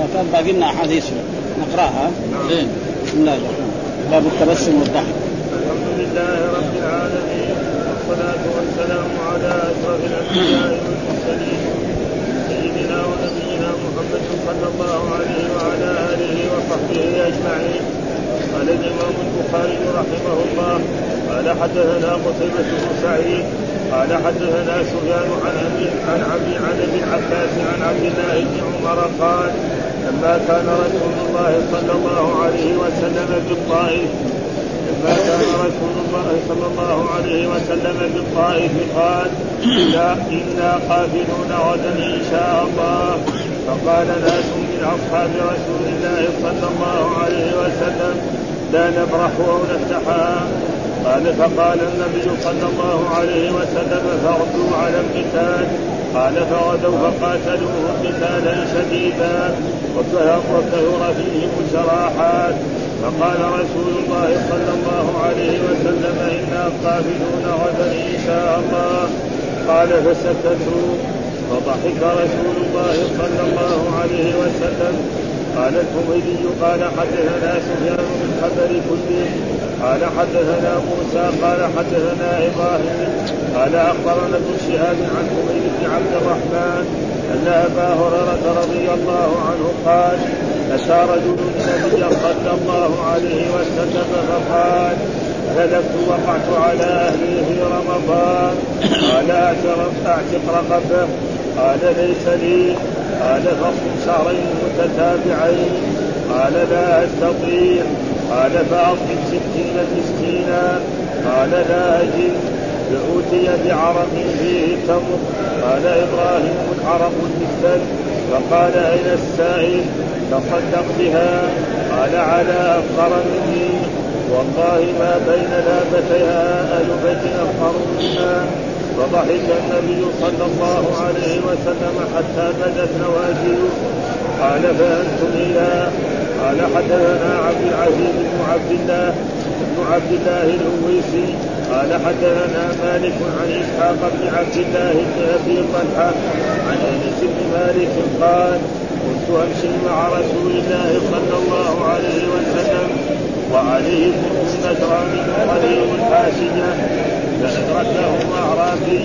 كان باقي لنا أحاديث نقرأها. بسم الله الرحمن الرحيم. باب التبسم والضحك. الحمد لله رب العالمين والصلاة والسلام على أشرف الأنبياء والمرسلين سيدنا ونبينا محمد صلى الله عليه وعلى آله وصحبه أجمعين. قال الإمام البخاري رحمه الله قال حدثنا قتيبة بن سعيد قال حدثنا سفيان عن ابي العباس عن عبد الله بن عمر قال لما كان رسول الله صلى الله عليه وسلم بالطائف قال إنا قافلون غدا إن شاء الله. فقال ناس من أصحاب رسول الله صلى الله عليه وسلم لا نبرح أو نفتحها. فقال النبي صلى الله عليه وسلم فغدوا على القتال. قال فغدوا فقاتلوه قتالا شديدا وكثر فيهم الجراحات. فقال رسول الله صلى الله عليه وسلم إنا قافلون غدا إن شاء الله. قال فسكتوا فضحك رسول الله صلى الله عليه وسلم. قال الحميدي قال حدثنا سفيان بالخبر كله قال حدثنا موسى قال حدثنا إبراهيم قال أخبرنا ابن شهاب عن حميد بن عبد الرحمن أن أبا هريرة رضي الله عنه قال أتى رجل النبي صلى الله عليه وسلم فقال هلكت وقعت على أهلي في رمضان. قال أعتق رقبه. قال ليس لي. قال فصم شهرين متتابعين. قال لا أستطيع. قال فأطعم 60 مسكينا. قال لا أجد. فأوتي بعرق فيه تمر. قال إبراهيم العرق المثل. فقال أين السائل؟ تصدق بها. قال على أفقر مني والله ما بين لابتيها أهل بيت أفقر منا. فضحك النبي صلى الله عليه وسلم حتى بدت نواجذه. قال فأنتم إياه. قال حدثنا عبد العزيز بن عبد الله الأويسي قال حدثنا مالك عن إسحاق بن عبد الله بن أبي طلحة عن أنس بن مالك قال كنت أمشي مع رسول الله صلى الله عليه وسلم وعليه كنت نجران قليل حاشية فأدركهم أعرابي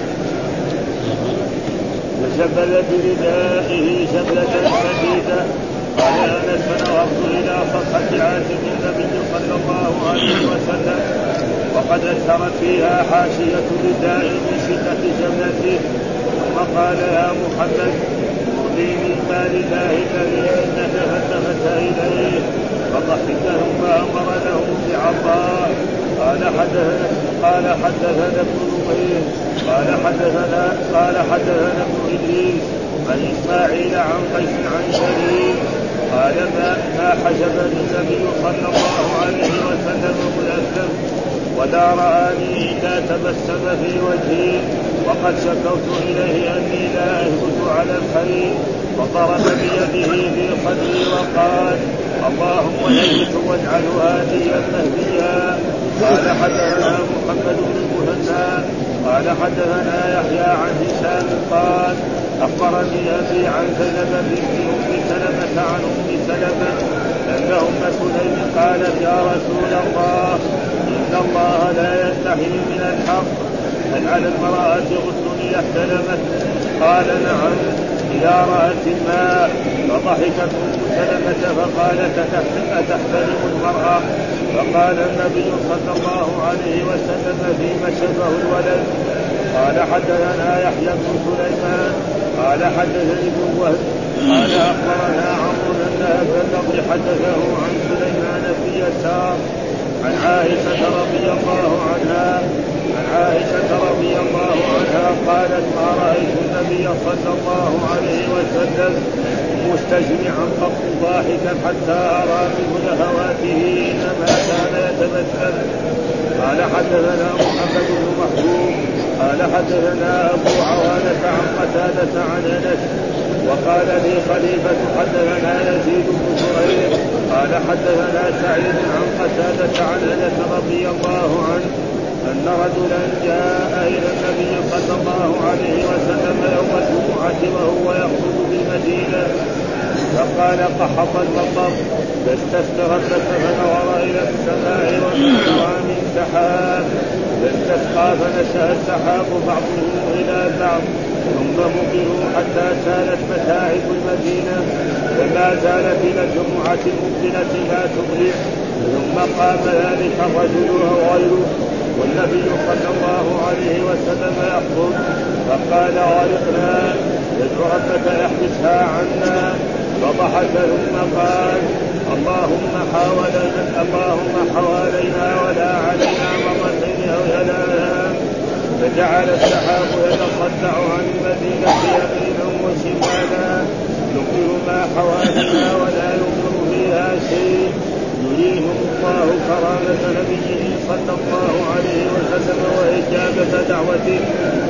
فشبل بردائه شبلة شديدة. قال أنس فنظرت إلى صفحة عاتق النبي صلى الله عليه وسلم وقد أثرت فيها حاشية رداء من شدة شبلته. ثم قال يا محمد خذي من مال الله الذي إنك فالتفت إليه. فضحك ثم أمر له بعطاء. قال حدثنا ابن نمير قال حدثنا ابن إدريس عن إسماعيل عن قيس عن شريك قال ما حجبني النبي صلى الله عليه وسلم ملثم ولا رآني إلا تبسم في وجهي وقد شكوت إليه أني لا أهبط على الخير. وضرب بيده في صدري وقال اللهم يهدك واجعله هاديا مهديا. قال حدثنا محمد بن المثنى قال حدثنا يحيى عن هشام قال أخبرني أبي عن زينب بنت أم سلمة عن أم سلمة أن أم سليم قالت يا رسول الله إن الله لا يستحي من الحق هل على المرأة غسل إذا احتلمت؟ قال نعم إذا رأت الماء. فضحكت أم سلمة فقالت أتحتلم المرأة؟ فقال النبي صلى الله عليه وسلم فيما شبه الولد. قال حدثنا يحيى بن سليمان قال حدثني ابن وهب قال أخبرنا عمرو أن هذا الذي حدثه عن سليمان بن يسار عن عائشة رضي الله عنها قالت ما رأيت النبي صلى الله عليه وسلم مستجمعا قط ضاحكا حتى أرى منه لهواته إنما كان يتبسم. قال حدثنا محمد بن محبوب قال حدثنا أبو عوانة عن قتادة عن أنس وقال لي خليفة حدثنا يزيد بن زريع قال حدثنا سعيد عن قتادة عن أنس رضي الله عنه أن رجلا جاء إلى النبي صلى الله عليه وسلم يوم الجمعة وهو يخطب بالمدينة فقال قحط المطر فاستسقى فنظر إلى السماء وما من سحاب فاستسقى فنشأ السحاب بعضه إلى بعض ثم مطروا حتى سالت متاعب المدينة فما زالت إلى الجمعة المقبلة لا تقلع ثم قام ذلك الرجل أو غيره والنبي صلى الله عليه وسلم يخطب فقال غرقنا يدعو ربك يحبسها عنا فضحك ثم قال اللهم حوالينا ولا علينا مرتين أو ثلاثا فجعل السحاب يتصدع عن المدينة يمينا وشمالا يمطر ما حوالينا ولا يمطر فيها شيء يريهم الله كرامة نبيه صلى الله عليه وسلم وإجابة دعوته.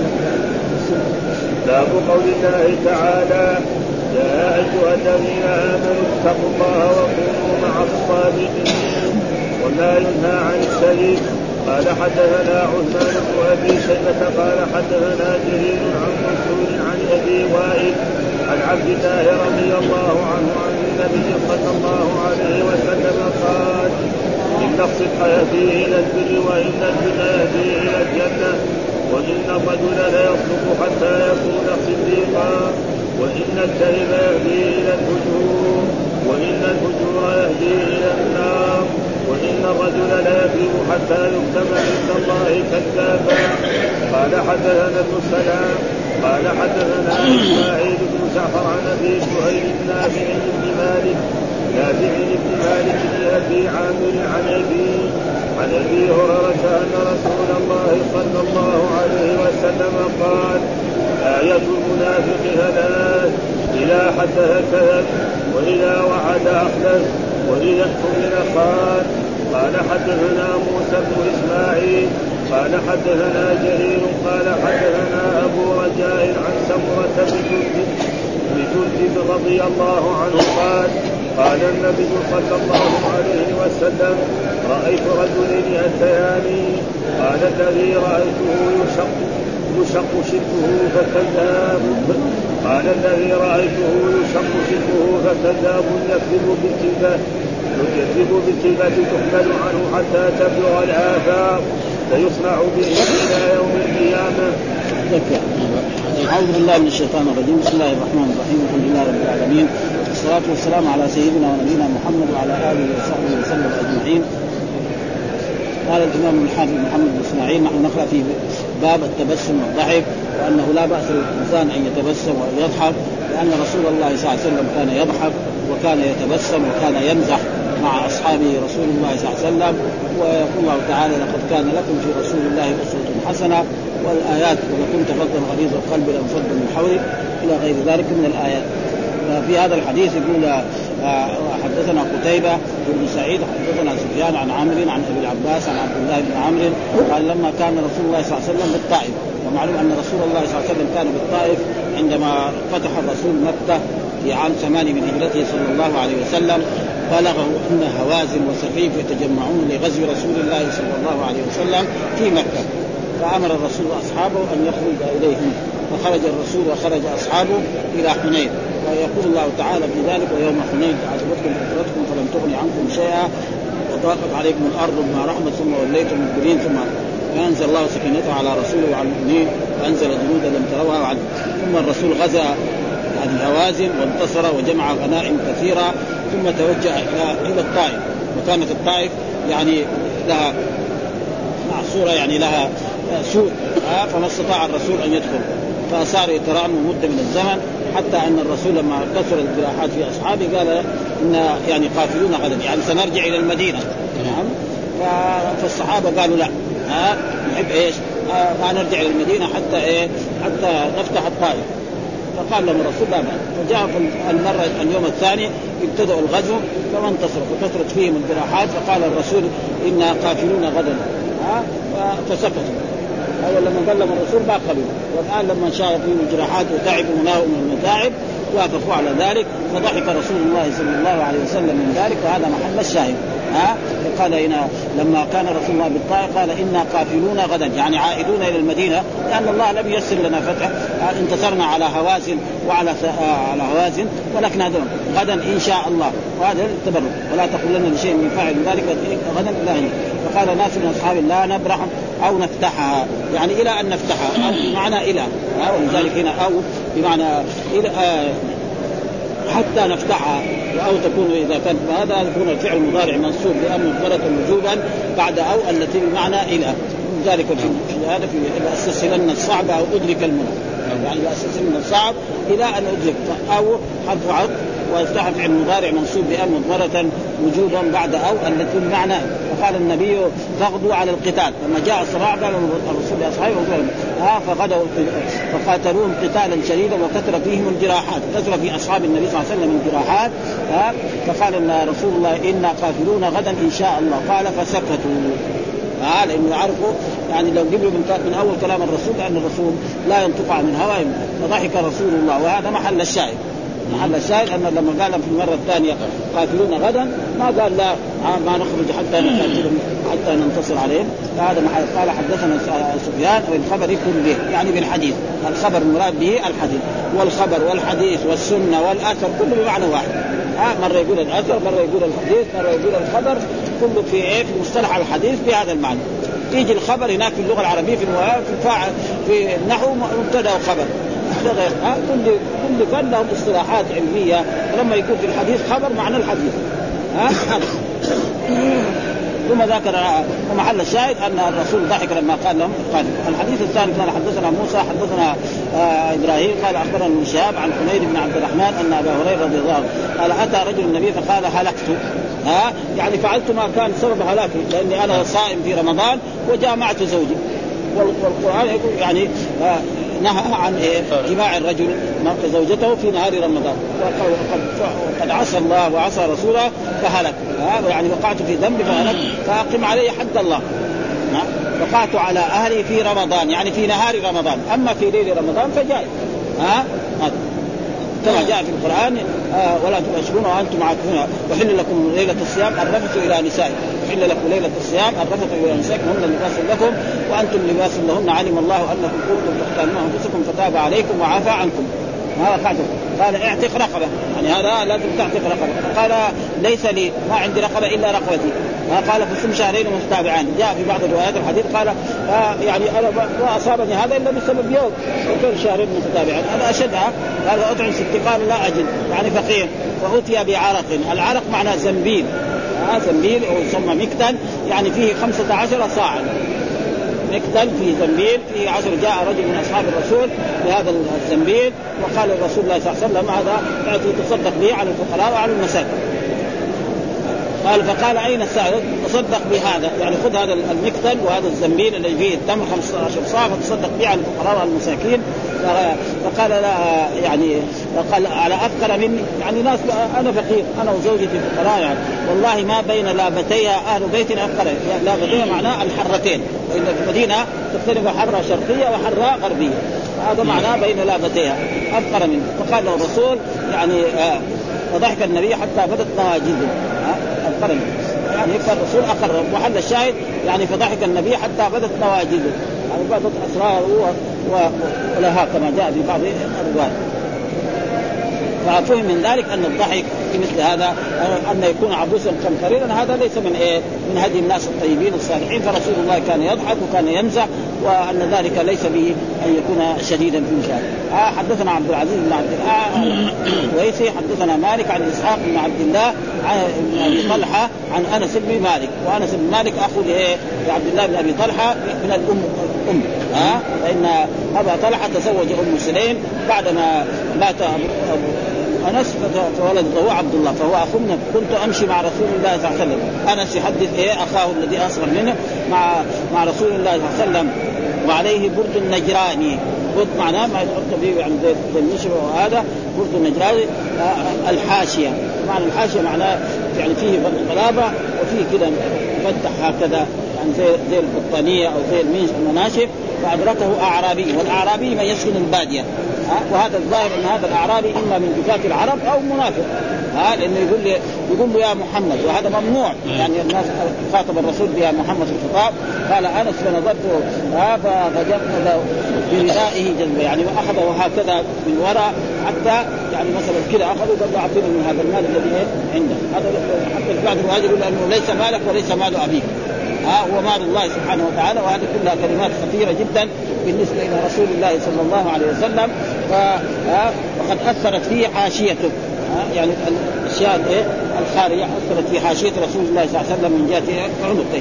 باب قول الله تعالى يا أيها الذين آمنوا اتقوا الله وكونوا مع الصادقين ولا ينهى عن الشريك. قال حدثنا عثمان بن أبي شيبة قال حدثنا جرير عن منصور عن أبي وائل عن عبد الله رضي الله عنه عن النبي صلى الله عليه وسلم قال إن الصدق يهدي إلى البر وإن البر يهدي إلى الجنة وإن الرجل ليصدق حتى يكون صديقا وإن الكذب يهدي إلى الفجور وإن الفجور يهدي إلى النار وإن الرجل ليكذب حتى يكتب عند الله كذابا. قال حدثنا ابن السلام قال حدثنا إسماعيل بن جعفر عن أبي سهيل نافع بن مالك بن أبي عامر عن أبي هريرة أن رسول الله صلى الله عليه وسلم قال آية المنافق ثلاث إذا حدث كذب وإذا وعد أخلف وإذا اؤتمن خان. قال حدثنا موسى بن إسماعيل قال حدثنا جرير قال حدثنا أبو رجاء عن سمرة بجندب رضي الله عنه قال النبي صلى الله عليه وسلم رأيت رجلين يأتياني قال الذي رأيته يشق شده فكذاب قال الذي رأيته يشق شده فكذاب يكذب بالكذبة تحمل عنه حتى تبلغ الآفاق فيصنع به إلى يوم القيامة. أعوذ بالله من الشيطان الرجيم. بسم الله الرحمن الرحيم. الحمد لله رب العالمين والصلاة والسلام على سيدنا ونبينا محمد وعلى آله وصحبه وسلم أجمعين. قال الإمام الحافظ محمد بن إسماعيل نحن نقرأ في باب التبسم والضحك وأنه لا بأس للإنسان أن يتبسم ويضحك لأن رسول الله صلى الله عليه وسلم كان يضحك وكان يتبسم وكان يمزح مع أصحابه رسول الله صلى الله عليه وسلم. ويقول الله تعالى لقد كان لكم في رسول الله أسوة حسنة والآيات وإذا كنت فظا غليظ القلب لانفضوا من حولك إلى غير ذلك من الآيات. في هذا الحديث يقول حدثنا قتيبة بن سعيد حدثنا سفيان عن عامر عن أبي العباس عن عبد الله بن عمرو قال لما كان رسول الله صلى الله عليه وسلم بالطائف ومعلوم أن رسول الله صلى الله عليه وسلم كان بالطائف عندما فتح الرسول مكة في عام 8 من هجرته صلى الله عليه وسلم بلغه أن هوازن وسقيف يتجمعون لغزو رسول الله صلى الله عليه وسلم في مكة فأمر الرسول أصحابه أن يخرج إليهم فخرج الرسول وخرج أصحابه إلى حنين. ويقول الله تعالى في ذلك ويوم حنين أعجبتكم كثرتكم فلم تغن عنكم شيئا وضاقت عليكم الأرض بما رحمت ثم وليتم مدبرين ثم فأنزل الله سكينته على رسوله وعلى المؤمنين وأنزل جنودا لم تروها ثم الرسول غزا هوازن وانتصر وجمع غنائم كثيرة ثم توجه إلى الطائف. وكانت الطائف يعني لها معصورة يعني لها سوء فما استطاع الرسول أن يدخل فصار يترعم مدة من الزمن حتى أن الرسول لما كثر الجراحات في أصحابه قال إن يعني قافلون غدا يعني سنرجع إلى المدينة. فالصحابة قالوا لا نحب إيش ما نرجع إلى المدينة حتى نفتح الطائف. فقال لهم الرسول لا فجاء المرة اليوم الثاني ابتدأوا الغزو فما انتصروا فكثرت فيهم الجراحات فقال الرسول إنا قافلون غدا فسكتوا. أول لما قال لهم الرسول ما قبلوا والآن لما شاء فيهم الجراحات وتعبوا وناهوا من المتاعب وافقوا على ذلك، فضحك رسول الله صلى الله عليه وسلم من ذلك، وهذا محل الشاهد. فقال هنا لما كان رسول الله بالطائف قال إنا قافلون غدا، يعني عائدون إلى المدينة، لأن الله لم ييسر لنا فتح، انتصرنا على هوازن وعلى هوازن، ولكن هذا غدا إن شاء الله، وهذا التبرك، ولا تقول لنا لشيء من فاعل ذلك غدا إلا هنا. فقال ناس من أصحاب لا نبرح أو نفتحها، يعني إلى أن نفتحها، أو بمعنى إلى، ولذلك هنا أو بمعنى إلى حتى نفتحها، أو تكون إذا كان هذا يكون الفعل المضارع منصوب بأن مضمرة وجوبا بعد أو التي بمعنى إلى، ذلك في هذا في أستسهلن الصعب أو أدرك المنى، يعني أستسهلن الصعب إلى أن أدرك، أو حرف عطف وافتح فعل مضارع منصوب بأن مضمرة وجوبا بعد أو التي بمعنى. فقال النبي تغدو على القتال، لما جاء الصراع قال الرسول لأصحابه فغدوا فقاتلوهم قتالا شديدا وكثر فيهم الجراحات، كثر في أصحاب النبي صلى الله عليه وسلم الجراحات. فقال رسول الله إنا قافلون غدا إن شاء الله، قال فسكتوا، لأنه يعرفوا يعني لو قبلوا من أول كلام الرسول، لأن الرسول لا ينطق عن الهوى، فضحك رسول الله، وهذا محل الشاهد. محل الشاهد أن لما قال في المرة الثانية قاتلون غدا ما قال لا ما نخرج حتى نقاتلهم حتى ننتصر عليهم، فهذا محل. قال حدثنا سفيان والخبر كله، يعني بالحديث، الخبر المراد به الحديث، والخبر والحديث والسنة والأثر كله بمعنى واحد. مرة يقول الأثر، مرة يقول الحديث، مرة يقول الخبر، كله في في مصطلح الحديث بهذا المعنى. يجي الخبر هناك في اللغة العربية في النحو مبتدأ وخبر، كل فن لهم اصطلاحات علمية، لما يكون في الحديث خبر معنى الحديث. ثم ذكر ومحل الشاهد أن الرسول ضحك لما قال لهم قال. الحديث الثاني قال حدثنا موسى حدثنا إبراهيم قال أخبرنا ابن شهاب عن حميد بن عبد الرحمن أن أبا هريرة رضي الله عنه قال أتى رجل النبي فقال هلكت، يعني فعلت ما كان سبب هلاكي، لأني أنا صائم في رمضان وجامعت زوجي، والقرآن يقول يعني نهى عن جماع الرجل زوجته في نهار رمضان، وقد عصى الله وعصى رسوله فهلك، يعني وقعت في ذنب فهلك، فأقم علي حد الله. وقعت على أهلي في رمضان، يعني في نهار رمضان، أما في ليل رمضان فجائز. كما جاء في القرآن ولا تباشرون وأنتم عاكفون، وحل لكم ليلة الصيام الرفث إلى نسائكم، حل لكم ليلة الصيام الرفث إلى نسائكم هن لباس لكم وأنتم لباس لهن، علم الله أنكم كنتم تختانون أنفسكم فتاب عليكم وعفى عنكم. قال اعتق رقبة، يعني هذا لازم تعتق رقبة. قال ليس لي ما عندي رقبة إلا رقبتي. قال فصم شهرين متتابعان. جاء في بعض الروايات الحديث قال يعني أنا ما أصابني هذا إلا بسبب يوم، وكل شهرين متتابعان هذا أشدها. قال أطعم ستي، قال لا أجد، يعني فقير. وأتي بعرق، العرق معناه زنبيل، زنبيل أو يسمى مكتل، يعني فيه 15 صاعا، مكتل في زنبيل فيه 10. جاء رجل من أصحاب الرسول بهذا الزنبيل وقال الرسول الله صلى الله عليه وسلم هذا تصدق به على الفقراء وعلى المساكين. قال فقال أين السائل؟ تصدق بهذا، يعني خذ هذا المكتل وهذا الزنبيل الذي فيه التمر 15 صاع فتصدق به على الفقراء وعلى المساكين. فقال لا، يعني قال على أفقر مني، يعني ناس أنا فقير أنا وزوجتي فقراء، يعني والله ما بين لابتيها أهل بيت أفقر. لابتيها معناه الحرتين، وإن المدينة تختلف حرة شرقية وحرة غربية، هذا معناه بين لابتيها أفقر مني. فقال له الرسول يعني فضحك النبي حتى بدت نواجذه القرن، يعني الرسول أقر. محل الشاهد يعني فضحك النبي حتى بدت نواجذه، يعني بدت أسراره ولها كما جاء في بعض الروايات. ففهم من ذلك أن الضحك في مثل هذا أن يكون عبوسا قمطريرا، هذا ليس من هدي الناس الطيبين الصالحين. فرسول الله كان يضحك وكان يمزح، وأن ذلك ليس به أن يكون شديدا في مشاهد. حدثنا عبد العزيز بن عبد الويسي حدثنا مالك عن إسحاق بن عبد الله عن أبي طلحة عن أنس بن مالك، وأنس بن مالك أخو لعبد الله بن أبي طلحة من الأم فإن أبا طلحة تزوج أم سليم بعدما مات أنس فولده عبد الله، فهو أخو منه. كنت أمشي مع رسول الله صلى الله عليه وسلم، أنس يحدث أخاه الذي أصغر منه مع رسول الله صلى الله عليه وسلم وعليه برد النجراني. برد معناه ما يحط به عند النشر، وهذا برد النجراني الحاشية. معنى الحاشية معناه يعني فيه غلابة وفيه كده فتح هكذا، يعني زي البطانية أو زي المناشف، فأدركه أعرابي، والأعرابي من يسكن البادية، وهذا الظاهر أن هذا الأعرابي إما من جفاة العرب أو منافق، لأنه يقول له يا محمد، وهذا ممنوع. يعني الناس خاطب الرسول بيا محمد في الخطاب، قال أنس فنظرت فجمد بردائه جذبه، يعني أخذه هكذا من وراء حتى يعني مثلا كذا أخذوا قال أعطينا من هذا المال الذي عنده. هذا حتى بعض المهاجر يقول أنه ليس مالك وليس مال أبيك، هو مال الله سبحانه وتعالى. وهذه كلها كلمات خطيرة جدا بالنسبة إلى رسول الله صلى الله عليه وسلم، وقد أثرت فيه حاشيته، يعني الأشياء الخارجة أثرت في حاشية رسول الله صلى الله عليه وسلم من جهة عنقه.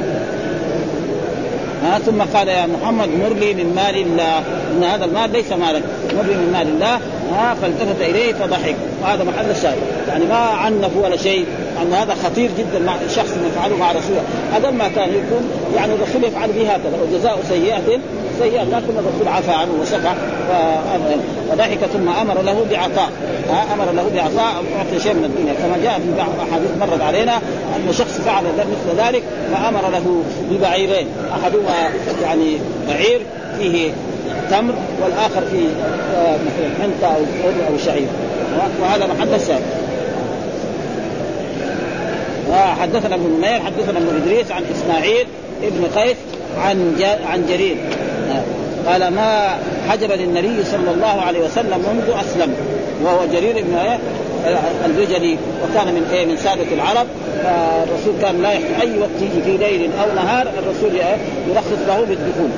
ثم قال يا محمد مر لي من مال الله، إن هذا المال ليس مالك، مر لي من مال الله. فالتفت إليه فضحك، وهذا محل الشاهد، يعني ما عنف ولا شيء، أن هذا خطير جدا مع شخص يفعله مع رسوله. هذا ما كان يكون يعني الرسول يفعل به هكذا، وجزاء سيئة سيئة، لكن الرسول عفى عنه وسكع وضحك. ثم أمر له بعطاء، أمر له بعطاء أعطي شيء من الدنيا، كما جاء في بعض أحاديث مرت علينا أن شخص فعل مثل ذلك، فأمر له ببعيرين، أحدهما يعني بعير فيه تمر، والآخر فيه مثلا حنطة أو بر أو شعير، وهذا محل الشاهد. حدثنا ابن نمير حدثنا ابن إدريس عن إسماعيل ابن قيس عن جرير قال ما حجب للنبي صلى الله عليه وسلم منذ أسلم، وهو جرير ابن البجلي، وكان من سادة العرب. الرسول كان لا يحتاج أي وقت يجي في ليل أو نهار الرسول يرخص له بالدخول،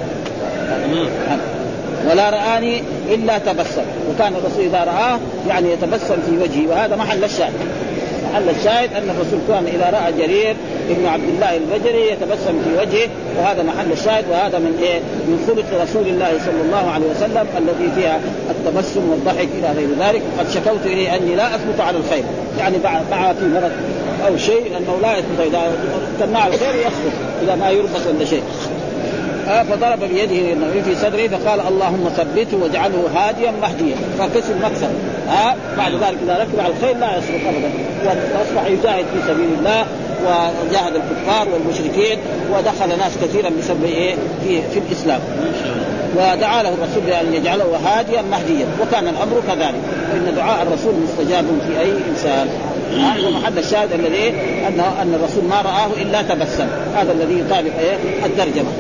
ولا رآني إلا تبسم، وكان الرسول إذا رآه يعني يتبسم في وجهه، وهذا محل الشاهد. محل الشاهد أن الرسول كان إذا رأى جرير ابن عبد الله البجلي يتبسم في وجهه، وهذا محل الشاهد. وهذا من خلق رسول الله صلى الله عليه وسلم الذي فيها التبسم والضحك إلى غير ذلك. قد شكوت إليه أني لا أثبت على الخير، يعني مع في مرض أو شيء أنه لا يثبت، إذا تمنع الخير يسقط إذا ما يربط ولا شيء. فضرب بيده النبي في صدره فقال اللهم ثبته واجعله هاديا مهديا، فكسر المكسب. بعد ذلك إذا ركب على الخير لا يسقط أبدا، وأصبح يجاهد في سبيل الله، وجاهد الكفار والمشركين، ودخل ناس كثيرا بسبب في الإسلام. ودعا له الرسول بأن يجعله هاديا مهديا، وكان الأمر كذلك، وإن دعاء الرسول مستجاب في أي إنسان. ومحل الشاهد الذي أن الرسول ما رآه إلا تبسم، هذا الذي يطابق الترجمة.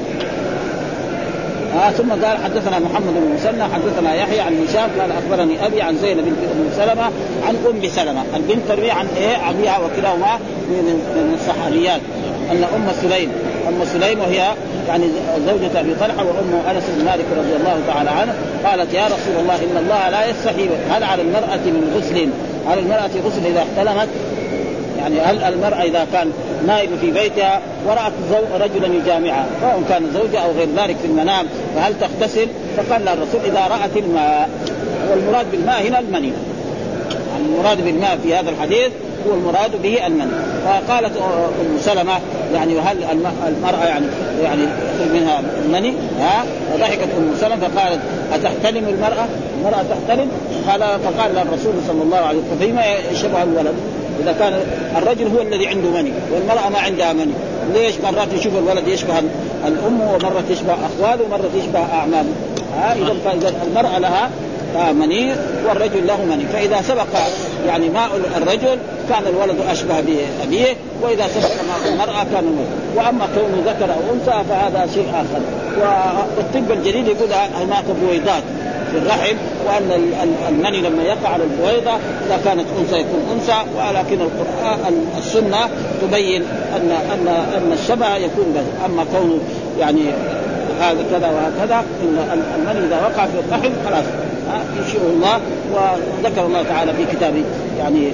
ثم قال حدثنا محمد بن مسنى حدثنا يحيى عن هشام قال أخبرني أبي عن زينب بنت أم سلمة عن أم سلمة، البنت تروي عن أبيها وكلاهما من الصحابيات، أن أم سليم وهي يعني زوجة أبي طلحة وأم أنس بن مالك رضي الله تعالى عنه، قالت يا رسول الله إن الله لا يستحي، هل على المرأة من غسل، على المرأة غسل إذا احتلمت؟ يعني هل المرأة إذا كان نائب في بيتها ورأت رجلا يجامعها، سواء كان زوجة أو غير ذلك في المنام، فهل تغتسل؟ فقال لها الرسول إذا رأت الماء، والمراد بالماء هنا المني، يعني المراد بالماء في هذا الحديث هو المراد به المني. فقالت أم سلمة يعني هل المرأة يعني يخرج منها المني؟ فضحكت أم سلمة فقالت أتحتلم المرأة تحتلم؟ فقال الرسول صلى الله عليه وسلم فيما يشبه الولد، إذا كان الرجل هو الذي عنده مني والمرأة ما عندها مني، ليش مرات يشوف الولد يشبه الأم ومرات يشبه أخواله ومرات يشبه أعمامه؟ إذا المرأة لها مني والرجل له مني، فإذا سبق يعني ماء الرجل كان الولد أشبه بأبيه، وإذا سبق ماء المرأة كان المرأة. وأما كونه ذكر أو أنثى فهذا شيء آخر. والطب الجديد يقول هناك بويضات في الرحم، وأن المني لما يقع على البويضة إذا كانت أنثى يكون أنثى، ولكن السنة تبين أن الشبه يكون به. أما كونه يعني هذا كذا وهكذا، إن المني إذا وقع في الرحم خلاص يشيء الله. وذكر الله تعالى في كتابه يعني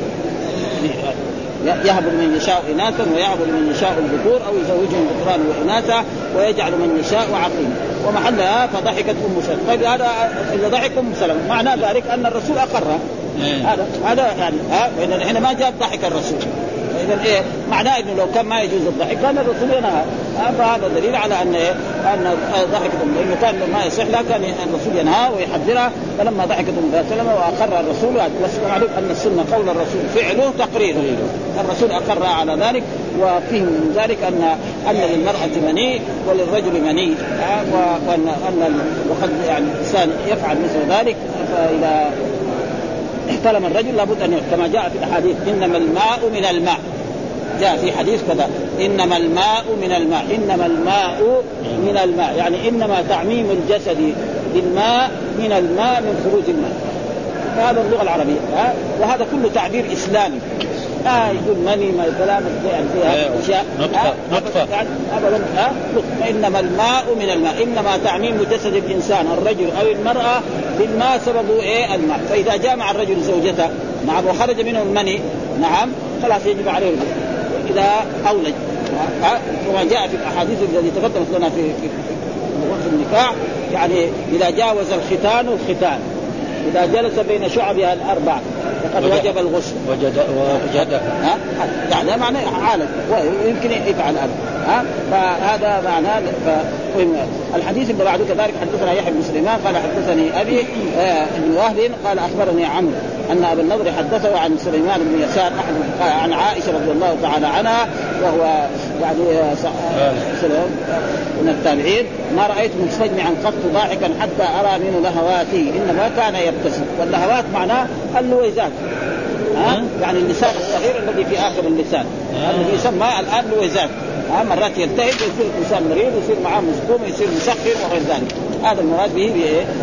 يهب من يشاء إناثا ويهب من يشاء الذكور أو يزوجهم ذكرانا وإناثا ويجعل من يشاء عقيما. ومحلها فضحكت أم سلمة. طيب هذا إذا ضحك أم سلمة معنى ذلك أن الرسول أقر هذا يعني وإن هنا ما جاء ضحك الرسول، فاذا ايه معناه انه لو كان ما يجوز الضحك كان الرسول ينهى. فهذا دليل على ان ان ضحكت انه كان ما يصح، لا كان الرسول ينهى ويحذرها. فلما ضحكت النبي صلى الله عليه وسلم واقر الرسول، بس معلوم ان السنه قول الرسول فعله تقريره، الرسول اقر على ذلك. وفيه من ذلك ان للمراه مني وللرجل مني، وقد يعني الانسان يفعل مثل ذلك. فاذا احتلم الرجل لابد ان كما جاء في الاحاديث انما الماء من الماء، جاء في حديث كذا انما الماء من الماء، انما الماء من الماء يعني انما تعميم الجسد بالماء من الماء من خروج الماء. هذا اللغه العربيه وهذا كله تعبير اسلامي. يقول مني ما كلام يعني فيها اشياء نطفه ابدا انما الماء من الماء، انما تعميم جسد الانسان الرجل او المراه بالماء سببه ايه الماء. فاذا جاء مع الرجل زوجته نعم وخرج منه المني نعم خلاص يجب عليه اذا اولج. وما جاء في الاحاديث التي تقدمت لنا في النكاح يعني اذا جاوز الختان الختان، إذا جلس بين شعبها الأربع فقد وجب الغسل. وجد يعني معنى عالم ويمكن يفعل هذا. فهذا معناه. الحديث اللي بعده كذلك حدثنا يحيى بن سليمان قال حدثني أبي بن وهب قال أخبرني عمرو أن أبا النضر حدثه عن سليمان بن يسار عن عائشة رضي الله تعالى عنها وهو يعني من التابعين ما رأيت مستجمعا قط ضاحكا حتى أرى منه لهواته، إنما كان يبتسم. واللهوات معناه اللويزات يعني اللسان الصغير الذي في آخر اللسان الذي يسمى الآن لويزات. مرات يلتهب يصير الإنسان مريض يصير معاه مسكوم يصير مسخر وغير ذلك. هذا المراد به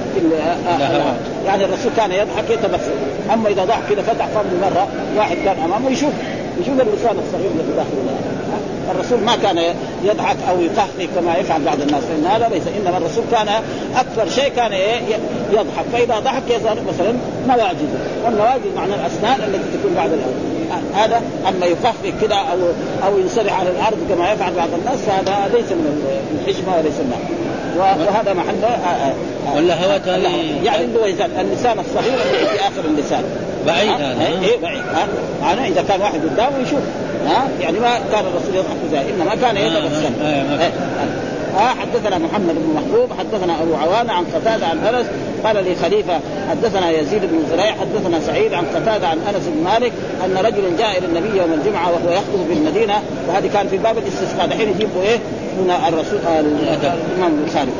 يعني الرسول كان يضحك يتبسم. أما إذا ضحك كذا فتح فمه مرة واحد كان أمامه يشوف اللسان الصغير الذي داخل الرسول ما كان يضحك أو يقهقه كما يفعل بعض الناس، فإن هذا ليس. إنما الرسول كان أكثر شيء كان يضحك. فإذا ضحك يظهر مثلا نواجذه، والنواجذ معنى الأسنان التي تكون بعد الأول. هذا أما يقهقه كده أو ينسرح على الأرض كما يفعل بعض الناس هذا ليس من الحشمة وليس من وهذا محل واللهوات يعني اللسان الصغير الذي في آخر اللسان بعيد هذا بعيد. أنا إذا كان واحد قدامه يشوف يعني ما كان الرسول يضحك زي إنما كان يتبسم. حدثنا محمد بن محبوب حدثنا أبو عوانة عن قتادة عن أنس قال لي خليفة حدثنا يزيد بن زريع حدثنا سعيد عن قتادة عن أنس بن مالك أن رجلا جاء إلى النبي يوم الجمعة وهو يخطب بالمدينة، وهذه كان في باب الاستسقاء. دحين يجيبوا هنا الرسول الإمام البخاري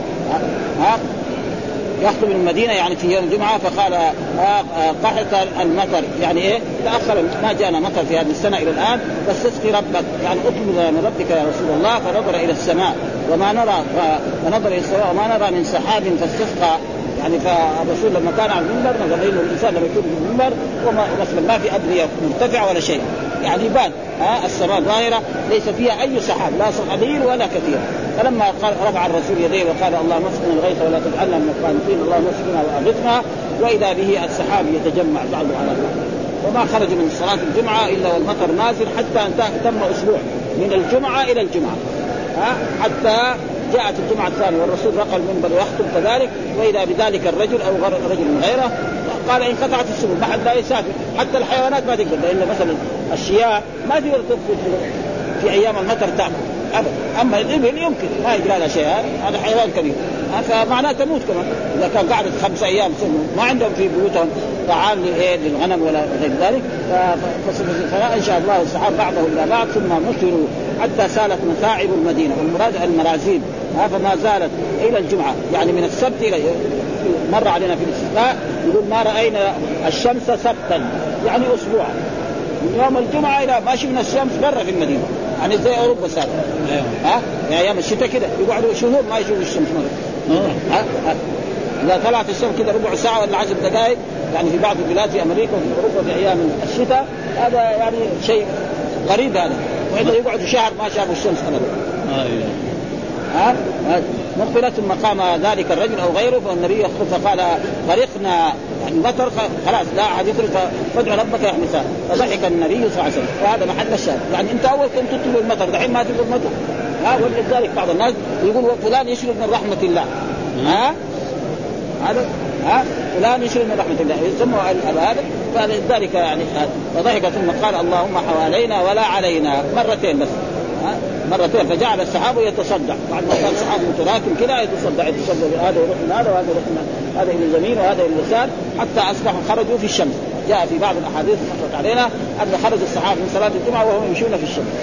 يخطب المدينة يعني في يوم الجمعة فقال قحط المطر يعني تأخر ما جاءنا مطر في هذه السنة إلى الآن فاستسقي ربك يعني اطلب من ربك يا رسول الله. فنظر إلى السماء وما نرى فنظر إلى السماء وما نرى من سحاب فاستسقى يعني. فالرسول لما كان على المنبر نظر إنه الإنسان لما يكون في المنبر ومثلا ما في أبنية مرتفع ولا شيء يعني يبان السماء ظاهرة ليس فيها أي سحاب لا قليل ولا كثير. فلما رفع الرسول يديه وقال اللهم اسقنا الغيث ولا تجعلنا من القانطين اللهم اسقنا واغثنا، واذا به السحاب يتجمع بعضه على بعض. وما خرج من صلاه الجمعه الا والمطر نازل حتى تم اسبوع من الجمعه الى الجمعه حتى جاءت الجمعه الثانيه والرسول رقى المنبر ويخطب كذلك، واذا بذلك الرجل او رجل من غيره قال انقطعت السبل ما حد لا يسافر حتى الحيوانات ما تقدر، لان مثلا الشياه ما تقدر تدخل في ايام المطر تاكل أبدا. أما الإبل يمكن ما يجرى لها شيء هذا حيوان كبير فمعناه تموت كمان إذا كان قعدت 5 أيام ما عندهم في بيوتهم طعام للغنم ولا غير ذلك. فإن شاء الله السحاب بعضهم إلى بعض ثم مطروا حتى سالت متاعب المدينة والمراد المرازيل فما زالت إلى الجمعة يعني من السبت إلى مر علينا في الاستسقاء يقول ما رأينا الشمس سبتا يعني أسبوع من يوم الجمعة إلى ما شفنا الشمس برا في المدينة يعني زي أوروبا سابقا يعني أيام الشتاء كده يقعدوا شهور ما يشوفوا الشمس مرة إذا طلعت الشمس كده ربع ساعة ولا 10 دقائق يعني في بعض البلاد في أمريكا وفي أوروبا في أيام الشتاء هذا يعني شيء غريب هذا، وإذا يقعدوا شهر ما شافوا الشمس أبدا. مقبلة ثم قام ذلك الرجل أو غيره فالنبي يخطب فقال غرقنا المطر خلاص لا أحد يدرك فادع ربك يا حمسان. فضحك النبي صلى الله عليه وسلم وهذا محل الشاهد يعني أنت أول كنت تطلب المطر دحين ما تطلب المطر ولذلك بعض الناس يقول فلان يشرب من رحمة الله هذا فلان يشرب من رحمة الله يسمى هذا فلذلك يعني فضحك ثم قال اللهم حوالينا ولا علينا مرتين بس مرتين. فجعل السحاب يتصدع بعد ما كان سحاب متراكم كده يتصدع هذا يروح من هذا وهذا يروح من هذا الى اليمين وهذا الى اليسار حتى اصبحوا خرجوا في الشمس. جاء في بعض الاحاديث مرت علينا ان خرج السحاب من صلاه الجمعه وهم يمشون في الشمس.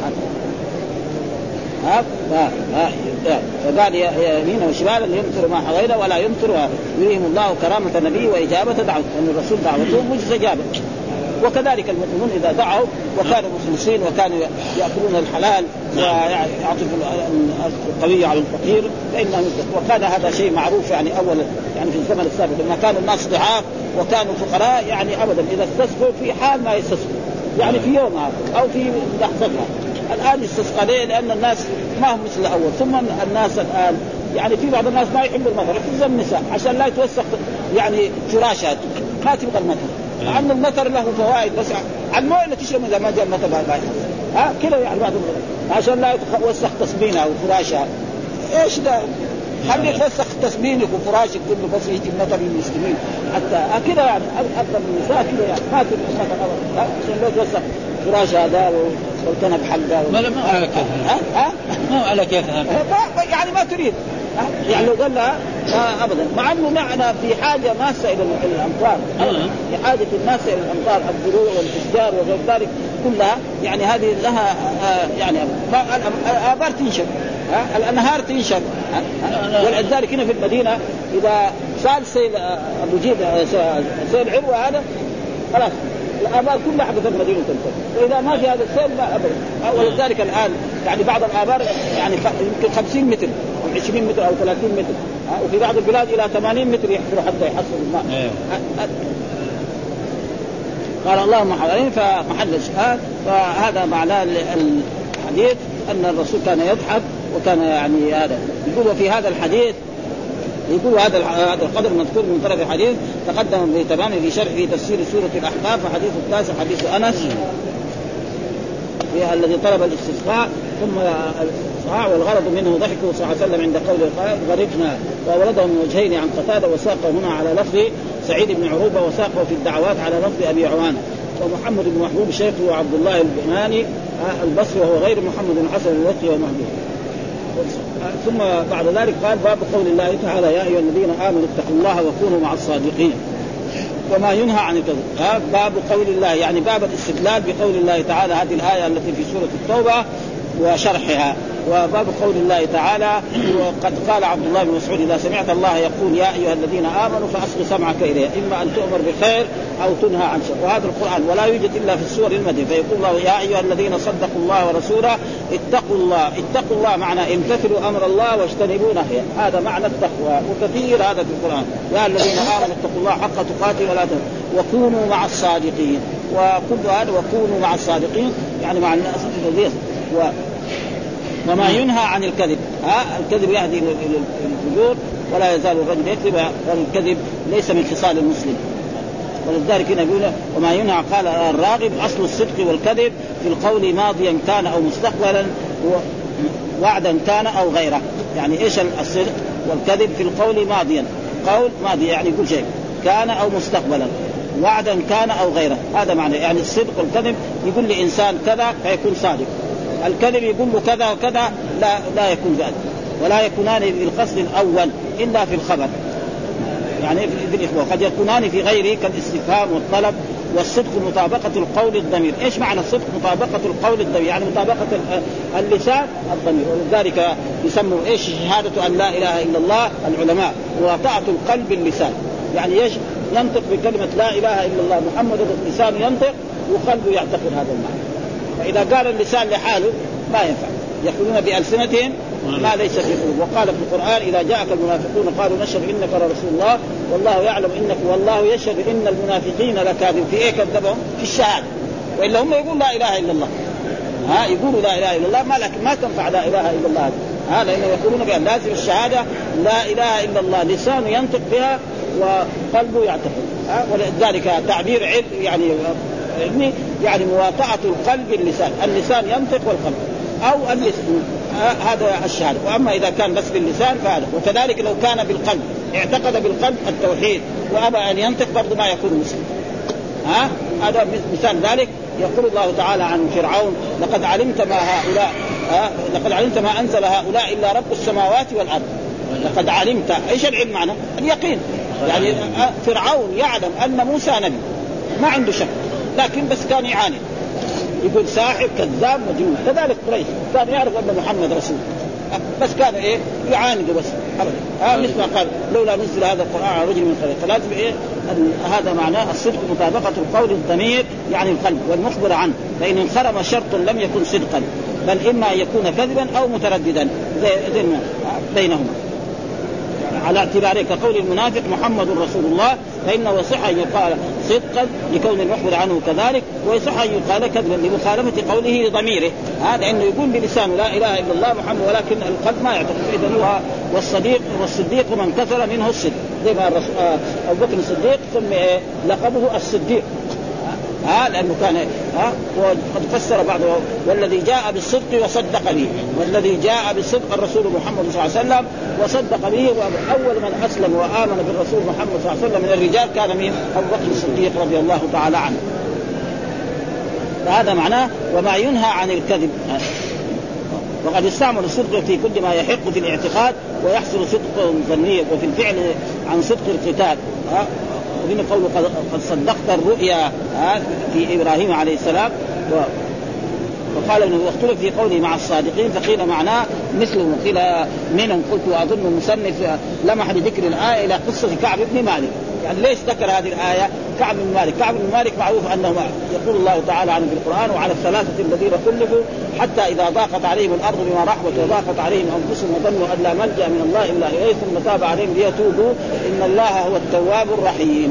فقال يمين وشمالا يمطر ما حوالينا ولا يمطر يريهم الله كرامة النبي وإجابة دعوة أن الرسول دعوته مستجابة. وكذلك المؤمنون إذا دعوا وكانوا مخلصين وكانوا يأكلون الحلال ويعطفوا القوي على الفقير فإنهم. وكان هذا شيء معروف يعني أول يعني في الزمن السابق لما كانوا الناس ضعاف وكانوا فقراء يعني أبدا إذا استسقوا في حال ما يستسقوا يعني في يومها أو في لحظتها. الآن يستسقى ليه؟ لأن الناس ما هم مثل الأول. ثم الناس الآن يعني في بعض الناس ما يحبوا المطر خصوصا النساء عشان لا يتوسخ يعني فراشات ما تبغى المطر مع أن المطر له فوائد بس على المويه اللي تشرب إذا ما جاء المطر كده يعني بعض عشان لا يتوسخ تصبينها وفراشها. إيش ده؟ خلي يتوسخ تصبينك وفراشك كله بس يجي المطر للمسلمين حتى كده يعني أكثر من النساء كده يعني ما تبغى المطر أبدا عشان لا يتوسخ فراش هذا والكنب حقه ما على كيفها ما على كيفها يعني ما تريد يعني لو قال لها ابدا مع انه معنا في حاجه ماسه الى الامطار في حاجه الناس الى الامطار الزروع والاشجار وغير ذلك كلها يعني هذه لها يعني الابار تنشف الانهار تنشف. ولذلك هنا في المدينه اذا صار سيل ابو جيد سيل عروه هذا خلاص الآبار كلها حقت المدينة تنتهي. وإذا ما في هذا السيل لا أبدا. ولذلك الآن يعني بعض الآبار يعني يمكن 50 متر أو 20 متر أو 30 متر وفي بعض البلاد إلى 80 متر يحفروا حتى يحصلوا الماء. قال اللهم حوالين فمحل الشهاد. فهذا معناه الحديث أن الرسول كان يضحك وكان يعني هذا يقول. وفي هذا الحديث يقول هذا القدر المذكور من طرف الحديث تقدم بتمام في شرح في تفسير سورة الأحقاف. وحديث التاسع حديث أنس الذي طلب الاستسقاء ثم الاستسقاء والغرض منه ضحكه صلى الله عليه وسلم عند قوله قال غرقنا. وورده من وجهين عن قتادة وساقه هنا على لفظ سعيد بن عروبة وساقه في الدعوات على لفظ أبي عوانة. ومحمد بن محبوب شيخه وعبد الله البناني البصري وهو غير محمد بن حسن الوقي ومحبوب. ثم بعد ذلك قال باب قول الله تعالى يا أيها الذين آمنوا اتقوا الله وكونوا مع الصادقين وما ينهى عن الكذب. باب قول الله يعني باب الاستدلال بقول الله تعالى هذه الآية التي في سورة التوبة وشرحها. وباب قول الله تعالى وقد قال عبد الله بن مسعود إذا سمعت الله يقول يا أيها الذين آمنوا فأصغ سمعك إليه إما أن تؤمر بخير أو تنهى عن شر. وهذا القرآن ولا يوجد إلا في السور المدنية. فيقول الله يا أيها الذين صدقوا الله ورسوله اتقوا الله. اتقوا الله معنى امتثلوا أمر الله واجتنبوا نهيه. هذا معنى التقوى وكثير هذا في القرآن. يا الذين آمنوا اتقوا الله حق تقاته ولا تموتون وكونوا مع الصادقين. وكل هذا وكونوا مع الصادقين يعني مع الناس الذين وما ينهى عن الكذب. الكذب يهدي إلى الفجور ولا يزال الرجل يكذب والكذب ليس من خصال المسلم. ولذلك هنا يقول وما ينهى قال الراغب أصل الصدق والكذب في القول ماضيا كان أو مستقبلا وعدا كان أو غيره. يعني إيش الصدق والكذب في القول ماضيا قول ماضي يعني يقول شيء كان أو مستقبلا وعدا كان أو غيره. هذا معنى يعني الصدق والكذب يقول لإنسان كذا فيكون صادق. الكذب يقول له كذا وكذا لا يكون ذلك ولا يكونان بالقصد الأول إلا في الخبر يعني في الإخبار. قد يكونان في غيره كالاستفهام والطلب. والصدق مطابقة القول الضمير. إيش معنى الصدق؟ مطابقة القول الضمير يعني مطابقة اللسان الضمير. ولذلك يسموا إيش شهادة أن لا إله إلا الله العلماء وطاعة القلب باللسان. يعني إيش ينطق بكلمة لا إله إلا الله محمد اللسان ينطق وقلبه يعتقد هذا المعنى. فإذا قال اللسان لحاله ما ينفع. يقولون بألسنتهم ما ليس في قلوبهم. وقال في القرآن إذا جاءك المنافقون قالوا نشهد إنك لرسول الله والله يعلم إنك والله يشهد إن المنافقين لكاذبون. في إيه كذبهم؟ في الشهادة. وإلا هم يقول لا إله إلا الله يقولوا لا إله إلا الله ما تنفع لا إله إلا الله هذا إنه يقولون بها لازم الشهادة لا إله إلا الله لسانه ينطق بها وقلبه يعتقد. ولذلك تعبير يعني علمي يعني مواطعة القلب باللسان. اللسان ينطق والقلب أو اللسان هذا الشهادة. وأما إذا كان بس باللسان فهذا. وكذلك لو كان بالقلب اعتقد بالقلب التوحيد وأبى أن ينطق برضو ما يكون مسلم. هذا مثال ذلك. يقول الله تعالى عن فرعون لقد علمت ما هؤلاء لقد علمت ما أنزل هؤلاء إلا رب السماوات والأرض. لقد علمت إيش العلم معنى؟ اليقين. يعني فرعون يعلم أن موسى نبي ما عنده شك، لكن بس كان يعاند يقول ساحر كذاب مجنون. كذلك قريش كان يعرف أن محمد رسول بس كان يعاند بس مثل ما قال لولا نزل هذا القرآن على رجل من قرية. فلازم هذا معناه الصدق مطابقة القول الضمير يعني القلب والمخبر عنه، فإن انخرم شرط لم يكن صدقا بل إما أن يكون كذبا أو مترددا زي بينهما، على اعتباره كقول المنافق محمد رسول الله، فإنه يصح أن يقال صدقا لكون المخبر عنه كذلك، ويصح أن يقال كذبا لمخالفة قوله لضميره. هذا إنه يقول بلسانه لا إله إلا الله محمد ولكن القلب ما يعتقد. إذن هو والصديق من كثر منه الصدق، زي ما أبو بكر الصديق ثم لقبه الصديق لأنه كان وقد فسر بعضه والذي جاء بالصدق وصدق به، والذي جاء بالصدق الرسول محمد صلى الله عليه وسلم وصدق به. وأول من أسلم وآمن بالرسول محمد صلى الله عليه وسلم من الرجال كان من أبو بكر الصديق رضي الله تعالى عنه. فهذا معناه وما ينهى عن الكذب. وقد يستعمل الصدق في كل ما يحق في الاعتقاد ويحصل صدق ظني، وفي الفعل عن صدق القتال. ومن قوله قد صدقت الرؤيا في إبراهيم عليه السلام. وقال انه يختلف في قوله مع الصادقين، فقيل معناه مثله وقيل منهم. قلت واظن المصنف لمح بذكر الآية الى قصة كعب بن مالك. يعني ليش ذكر هذه الآية كعب بن مالك؟ كعب بن مالك معروف انه يقول الله تعالى عنه في القرآن وعلى الثلاثة الذين خلفوا حتى إذا ضاقت عليهم الأرض بما رحبت وضاقت عليهم أنفسهم وظنوا أن لا ملجأ من الله إلا إليه ثم تاب عليهم ليتوبوا إن الله هو التواب الرحيم.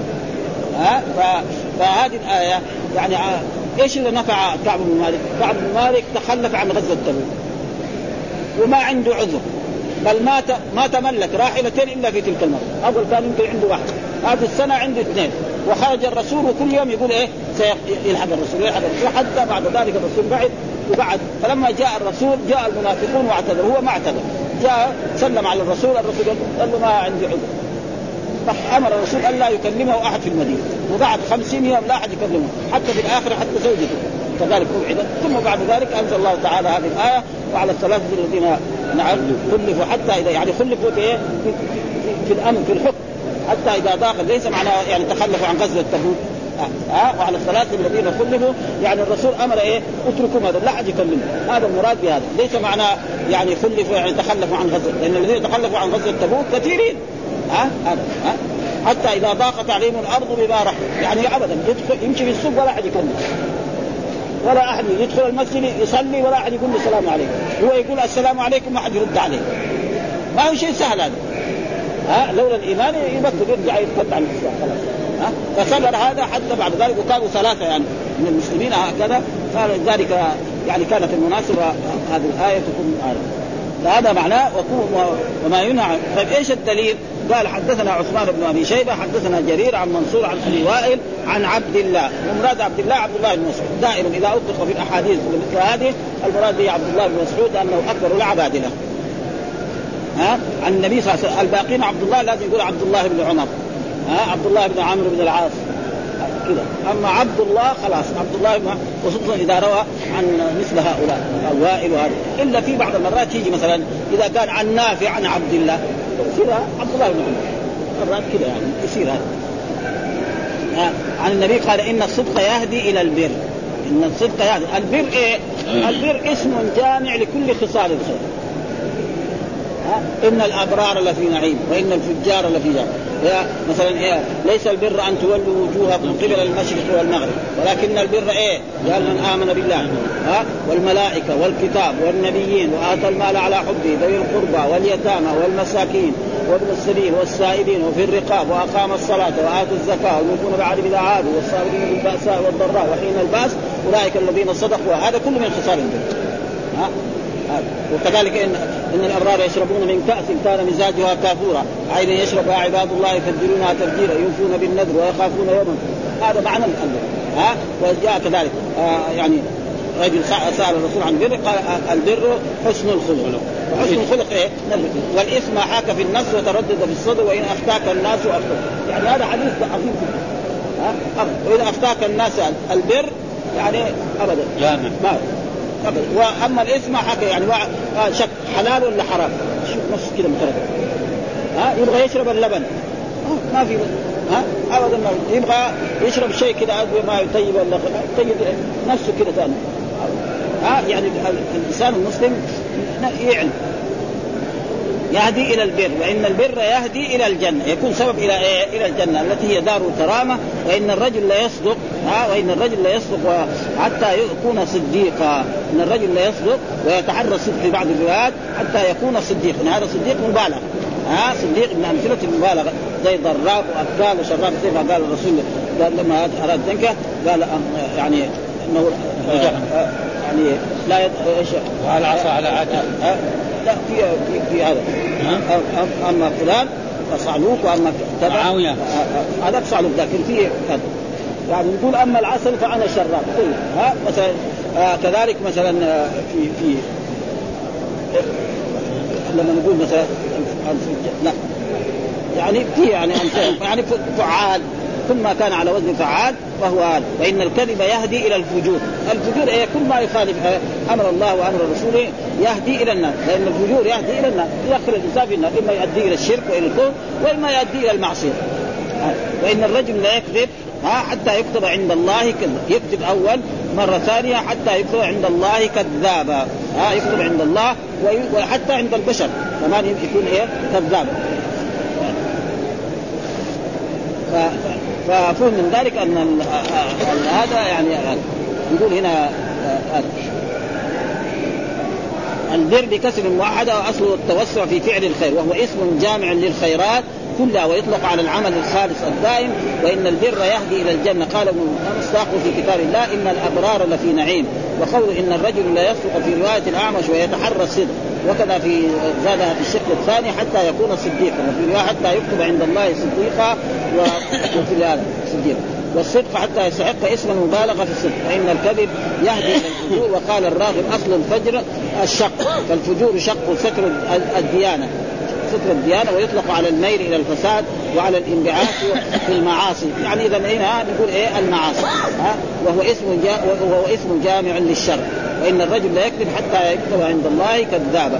فهذه الآية يعني إيش اللي نفع كعب بن مالك؟ كعب بن مالك تخلف عن غزوة تبوك وما عنده عذر، بل ما تملك راحلتين إلا في تلك المرة. أول كان يمكن عنده واحد، هذه السنة عنده اثنين، وخرج الرسول وكل يوم يقول سيلحق الرسول حتى بعد ذلك الرسول بعد فلما جاء الرسول جاء المنافقون واعتذر، هو ما اعتذر، جاء سلم على الرسول قال له ما عندي عذر. أمر الرسول أن لا يكلمه أحد في المدينة، وبعد 50 يوم لا أحد يكلمه حتى في الآخرة حتى زوجته كذلك أبعدت. ثم بعد ذلك أنزل الله تعالى هذه الآية وعلى الثلاثة الذين خلفوا حتى إذا يعني خلفوا في الأمر في الحكم حتى إذا ضاق، ليس معناه يعني تخلفوا عن غزوة تبوك. وعلى الثلاثة الذين خلفوا يعني الرسول أمر اتركوا هذا لا أحد يكلمه، هذا المراد بهذا. ليس معناه يعني خلفوا يعني تخلفوا عن غزوة، لأن الذين تخلفوا عن غزوة تبوك كثيرين. حتى إذا ضاقت عليهم الأرض بما رحبت، يعني أبدا يمشي في السوق ولا أحد يكلمه، ولا أحد يدخل المسجد يصلي ولا أحد يقول له السلام عليكم، هو يقول السلام عليكم ما أحد يرد عليه. ما هو شيء سهل هذا. لولا الإيمان يبطل يرجع يتقطع الإسلام خلاص. فصبر هذا حتى بعد ذلك، وكانوا ثلاثة يعني من المسلمين هكذا، فلذلك يعني كانت المناسبة هذه الآية تكون آية. فهذا معناه وما ينهى. طيب ايش الدليل؟ قال حدثنا عثمان بن ابي شيبه حدثنا جرير عن منصور عن ابي وائل عن عبد الله. ومراد عبد الله بن مسعود. دائما اذا اطلق في الاحاديث مثل هذه المراد به عبد الله بن مسعود انه اكبر العبادله. عن النبي صلى الله عليه وسلم. الباقين عبد الله لازم يقول عبد الله بن عمر، عبد الله بن عمرو بن العاص كذا. اما عبد الله خلاص عبد الله بن، وخصوصا اذا روى عن مثل هؤلاء الوائل وهذا. الا في بعض المرات يجي مثلا اذا كان عن نافع عن عبد الله يصير عبد الله بن عمر، مرات كذا يعني يصير هذا. عن النبي قال ان الصدق يهدي الى البر. ان الصدق يهدي البر ايه؟ البر اسم جامع لكل خصال الخير. إن الأبرار لفي نعيم وإن الفجار لفي جحيم. مثلا ليس البر أن تولوا وجوهكم قبل المشرق والمغرب ولكن البر قال من آمن بالله والملائكة والكتاب والنبيين وآتى المال على حبه ذوي القربى واليتامى والمساكين وابن السبيل والسائلين وفي الرقاب وأقام الصلاة وآتوا الزكاة والموفون بعهدهم إذا عادوا والصابرين بالبأساء والضراء وحين البأس أولئك الذين صدقوا. هذا كله من خصال البر. وكذلك إن الأبرار يشربون من كأس كان مزاجها كافورا عين يشربها عباد الله يفجرونها تفجيرا يوفون بالنذر ويخافون يوما. هذا معنى البر. وجاء كذلك يعني رجل سأل الرسول عن البر قال البر حسن الخلق. حسن الخلق والإثم ما حاك في النفس وتردد في الصدر وإن أفتاك الناس أفتاك. يعني هذا حديث عظيم أبدا. وإذا أفتاك الناس البر يعني أبدا ما أبدا. وأما الإثم حكى يعني شك حلال ولا حرام شوف نفسه كده متردد يبغى يشرب اللبن ما في أبدا ما يبغى يشرب شيء كده ما يطيب ولا يطيب نفسه كده ثاني يعني الإنسان المسلم يعلم يهدي إلى البر، وإن البر يهدي إلى الجنة، يكون سبب إلى الجنة التي هي دار كرامة. وإن الرجل لا يصدق وإن الرجل لا يصدق حتى يكون صديقا، إن الرجل لا يصدق ويتحرى الصدق في بعض الروايات حتى يكون صديقا. هذا صديق مبالغ صديق من أمثلة المبالغة زي ضراب وأكال وشراب زي ما قال الرسول قال لما أراد ذنكه قال يعني إنه يعني لا إيش وعلى عصا على عاتق لا في هذا أما فلان فصعلوك وأما معاوية هذا صعلوك، لكن في هذا يعني نقول أما العسل فأنا شراب مثلا كذلك مثلا في لما نقول مثلا لا يعني في يعني فعال كل ما كان على وزن فعال فهو هذا. وإن الكذب يهدي إلى الفجور، الفجور هي كل ما يخالف أمر الله وأمر رسوله يهدي إلى النار، لأن الفجور يهدي إلى النار يدخل الإنسان في النار، إما يؤدي إلى الشرك وإلى الكفر وإما يؤدي إلى المعصية. وإن الرجل لا يكذب حتى يكتب عند الله كذب، يكتب أول مرة ثانية حتى يكتب عند الله كذابا يكتب عند الله وحتى عند البشر كمان يكون كذاب. ففهم من ذلك أن هذا يعني يقول هنا البر بكسر موحدة وأصله التوسع في فعل الخير، وهو اسم جامع للخيرات كلها ويطلق على العمل الخالص الدائم. وإن البر يهدي إلى الجنة، قال ابن مصداق في كتاب الله إن الأبرار لفي نعيم. وقول إن الرجل لا يصدق في رواية الأعمش ويتحرى الصدق، وكذا في زادها في الشق الثاني حتى يكون صديقا، وفي رواية حتى يكتب عند الله صديقا، وفي هذا صديقا. والصدق حتى يستحق اسم المبالغة في الصدق. فإن الكذب يهدي إلى الفجور. وقال الراغب أصل الفجر الشق، فالفجور شق ستر الديانة ويطلق على الميل إلى الفساد وعلى الانبعاث في المعاصي. يعني إذا هنا نقول المعاصي وهو اسم جامع للشر. وإن الرجل لا يكذب حتى يكتب عند الله كذابا.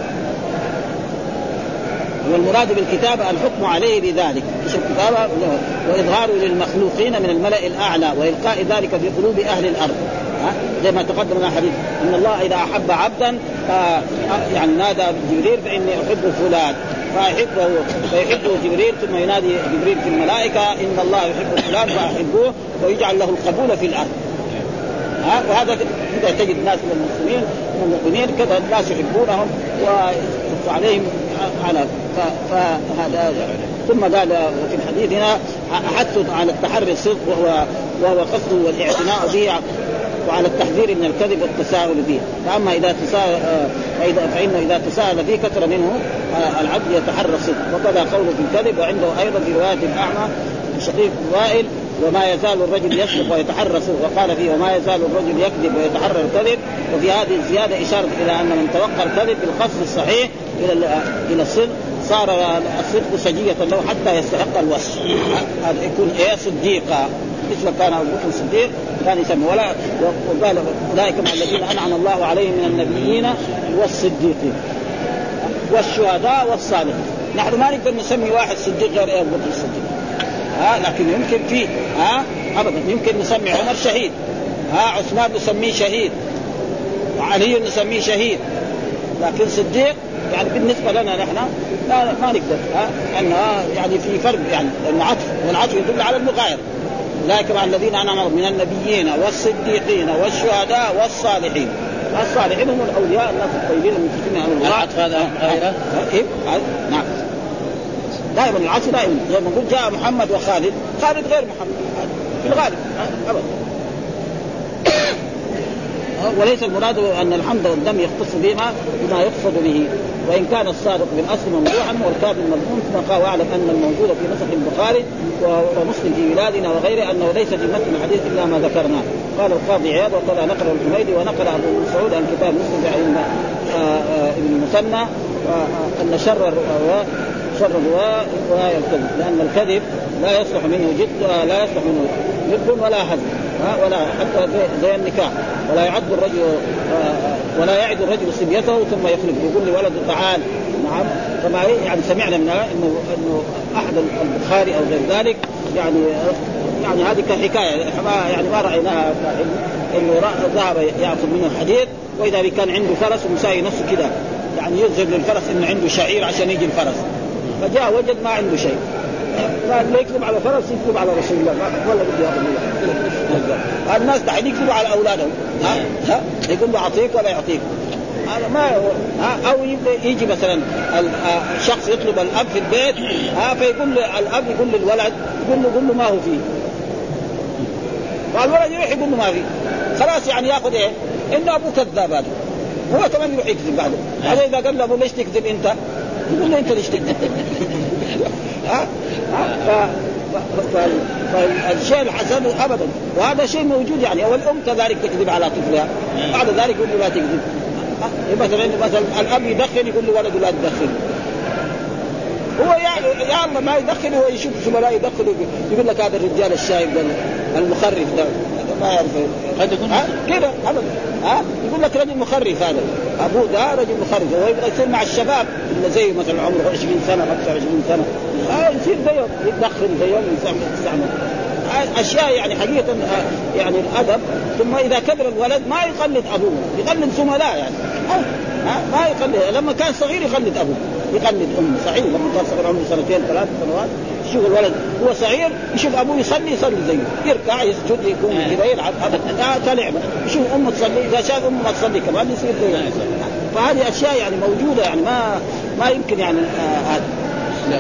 والمراد بالكتابة الحكم عليه بذلك، إيش الكتابة؟ وإظهاره للمخلوقين من الملأ الأعلى وإلقاء ذلك في قلوب أهل الأرض. زي ما تقدم لنا حديث إن الله إذا أحب عبدا يعني نادى جبريل فإني أحب فلان فيحبه جبريل، ثم ينادي جبريل في الملائكة إن الله يحب فلان فأحبوه ويجعل له القبول في الأرض. وهذا كذا تجد ناس من المسلمين والمؤمنين كذا الناس يحبونهم ويحث عليهم على فهذا. ثم قال في الحديث هنا حث على التحري الصدق وهو قصده والاعتناء به، وعلى التحذير من الكذب والتساهل فيه. فأما فإنه إذا تساهل فيه كثر منه العبد يتحرى الصدق. وكذا قوله في الكذب. وعنده أيضا في رواية الأعمى شقيق وائل وما يزال الرجل يصدق ويتحرى الصدق، وقال فيه وما يزال الرجل يكذب ويتحرى الكذب. وفي هذه الزيادة إشارة إلى أن من توقع الكذب بالقصد الصحيح إلى الصدق صار الصدق سجية له حتى يستحق الوصف. هذا يكون صديقا، مثل كان أبو بكر الصديق كان يسمى وقال أولئك مع الذين أنعم الله عليهم من النبيين والصديقين والشهداء والصالحين. نحن ما نقدر نسمي واحد صديق غير أبو بكر الصديق لكن يمكن فيه أبدا يمكن نسمي عمر شهيد، عثمان نسميه شهيد، وعلي نسميه شهيد، لكن صديق يعني بالنسبة لنا نحن ما نقدر أنه يعني في فرق، يعني العطف والعطف يدل على المغايرة. أولئك مع الذين أنعم من النبيين والصديقين والشهداء والصالحين. الصالحين هم الأولياء الناس الطيبين المتقين على الله. العطف هذا غيره؟ نعم دائما العطف دائما زي ما نقول جاء محمد وخالد، خالد غير محمد في الغالب أبدا. وليس المراد أن الحمد والذم يختص بما يقصد به، وإن كان الصادق بالأصل ممدوحا والكاذب مذموم. ثم قال واعلم أن الموجود في نسخ البخاري ومسلم في بلادنا وغيره أنه ليس في متن الحديث إلا ما ذكرناه. قال القاضي عياض وقال نقل الحميدي ونقل أبو مسعود عن كتاب مسلم عن ابن المثنى أن شر الرواية الكذب، لأن الكذب لا يصلح منه جد، لا يصلح منه جد ولا هزل، ولا حتى زي النكاح. ولا يعد الرجل ولا يعد الرجل صبيته ثم يخلف، يقول لولده تعال. نعم، كما يعني سمعنا منها انه احد البخاري او غير ذلك يعني هذه كحكايه، يعني ما رايناها انه ذهب ياخذ منه الحديث، واذا كان عنده فرس ومساوي نفسه كده يعني يذهب للفرس انه عنده شعير عشان يجي الفرس، فجاء وجد ما عنده شيء، قال لا يكذب على فرس يكذب على رسول الله ولا بده ياخذ. الناس دحين يكذبوا على اولادهم، يقول له اعطيك ولا يعطيك، هذا ما او يجي مثلا الشخص يطلب الاب في البيت، فيقول الاب يقول للولد يقول له ما هو فيه، فالولد يروح يقول له ما فيه، خلاص يعني ياخذ ايه انه ابوه كذاب، هذا هو كمان يروح يكذب بعده. هذا اذا قال له ابو ليش تكذب انت، يقول له انت ليش تكذب. فالشيء الحسن ابدا، وهذا شيء موجود يعني. والام كذلك تكذب على طفلها، بعد ذلك يقول له لا تكذب. مثلا الاب يدخن يقول له ولده لا تدخن، هو يا الله ما يدخن، هو يشوف زملاء يدخن يقول لك هذا الرجال الشايب المخرف ده ما يعرف قد يكون كده ابدا. يقول لك رجل مخرف، هذا ابوه ده رجل مخرف، هو يبغى يصير مع الشباب اللي زي مثلا عمره 20 سنه 25 سنه، يصير زيهم يدخن زيهم يستعمل اشياء يعني حقيقه يعني الادب. ثم اذا كبر الولد ما يقلد ابوه، يقلد زملاء يعني، ما يقلد. لما كان صغير يقلد ابوه، يقلد امه. صحيح لما كان صغير عمره 2 3 سنوات يشوف الولد هو صغير يشوف ابوه يصلي زيه، يركع يسجد يكون كذا يلعب كلعبه، يشوف امه تصلي، اذا شاف امه ما تصلي كمان يصير زيه. فهذه اشياء يعني موجوده يعني ما يمكن يعني هذا.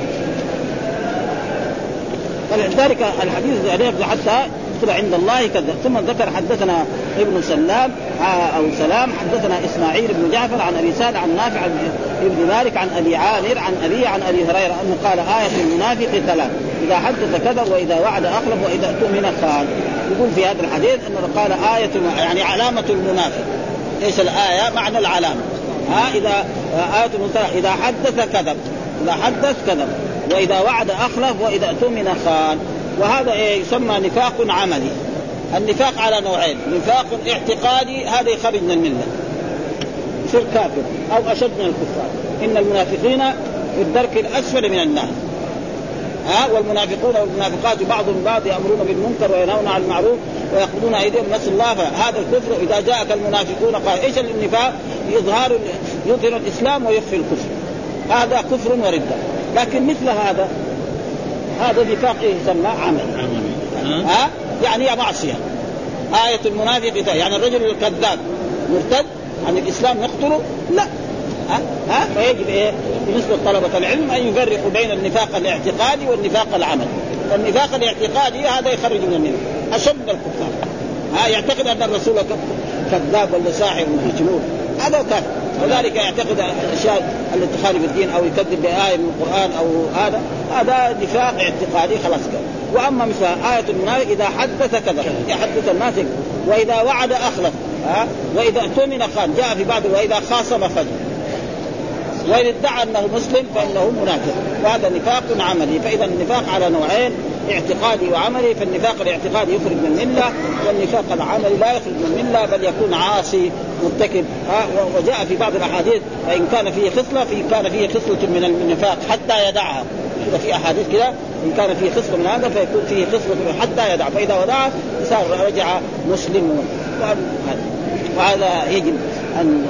فلذلك الحديث يعني حتى يكتب عند الله كذا. ثم ذكر حدثنا ابن سلام أو سلام حدثنا إسماعيل بن جعفر عن أبي سعد عن نافع ابن مالك عن أبي عامر عن أبي هريرة أنه قال آية المنافق 3: إذا حدث كذب وإذا وعد أخلف وإذا اؤتمن خان. يقول في هذا الحديث أنه قال آية يعني علامة المنافق. إيش الآية؟ معنى العلامة. إذا آية المنافق إذا حدث كذب، إذا حدث كذب، وإذا وعد أخلف، وإذا اؤتمن خان. وهذا يسمى نفاق عملي. النفاق على نوعين: نفاق اعتقادي هذا يخرج من الملة يصير كافر أو أشد من الكفار. إن المنافقين في الدرك الأسفل من النار. والمنافقون والمنافقات بعضهم بعض يأمرون بالمنكر وينهون عن المعروف ويأخذون أيديهم نسوا الله. فهذا الكفر. إذا جاءك المنافقون قال إيش النفاق؟ يظهر الإسلام ويخفي الكفر، هذا كفر وردة. لكن مثل هذا نفاق يسمى عمل. يعني معصية. آية المنافق يعني الرجل الكذاب مرتد عن الإسلام نقتله؟ لا. فيجب بالنسبة لطلبة العلم أن يفرقوا بين النفاق الاعتقادي والنفاق العمل. والنفاق الاعتقادي هذا يخرج من الملة أشد من الكفار. يعتقد أن الرسول كذاب ولا ساحر ومجنون، هذا كافر. وذلك يعتقد الأشياء التي تخالف الدين أو يكذب بآية من القرآن أو هذا نفاق اعتقادي خلاص كذا. وأما مثل آية المنافق إذا حدث كذا يحدث الناس، وإذا وعد أخلف، وإذا اؤتمن خان. جاء في بعض وإذا خاصم فجر، وإن ادعى أنه مسلم فإنه منافق. وهذا نفاق عملي. فإذا النفاق على نوعين: اعتقادي وعملي. فالنفاق الاعتقادي يخرج من الملة، والنفاق العملي لا يخرج من الملة بل يكون عاصي مرتكب. وجاء في بعض الأحاديث إن كان فيه خصلة كان فيه خصلة من النفاق حتى يدعها. إذا في أحاديث كده إن كان فيه خصلة من هذا فيكون فيه خصلة حتى يدع، فإذا ودعها صار رجع مسلم. وهذا يجب أن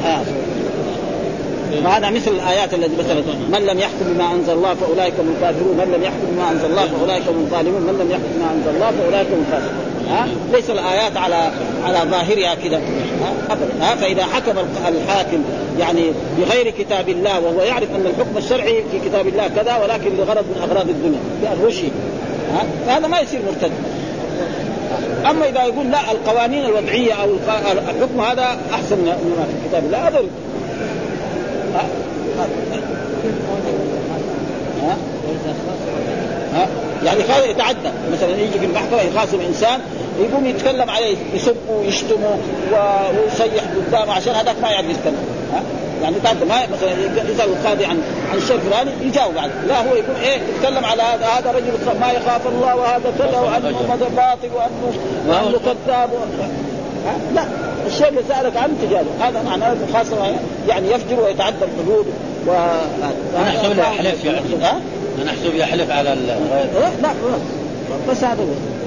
وهذا مثل الآيات التي مثلا من لم يحكم بما أنزل الله فأولئك هم الكافرون، من لم يحكم بما أنزل الله فأولئك هم الظالمون، من لم يحكم بما أنزل الله فأولئك هم الفاسقون. ليس الآيات على ظاهرها كده أبدا. فإذا حكم الحاكم يعني بغير كتاب الله وهو يعرف أن الحكم الشرعي في كتاب الله كذا ولكن لغرض من أغراض الدنيا بالرشي، فهذا ما يصير مرتد. أما إذا يقول لا القوانين الوضعية أو الحكم هذا أحسن من كتاب الله، هذا يعني خاص يتعدى. مثلا يجي في المحكمة يخاصم إنسان يقوم يتكلم عليه يسبه ويشتمه ويصيح قدامه عشان هذاك ما يعرف يتكلم. يعني تعرف ما مثلا يسأل القاضي عن الشيء الفلاني يجاوب عنه، لا هو يكون يتكلم على هذا رجل ما يخاف الله وهذا كذا وأنه باطل وأنه كذاب لا، الشيء اللي سألك عنه تجاوب. هذا معناه خاصة يعني يفجر ويتعدى الحدود. ونحسب له حلف يعني نحسب يحلف على لا بس هذا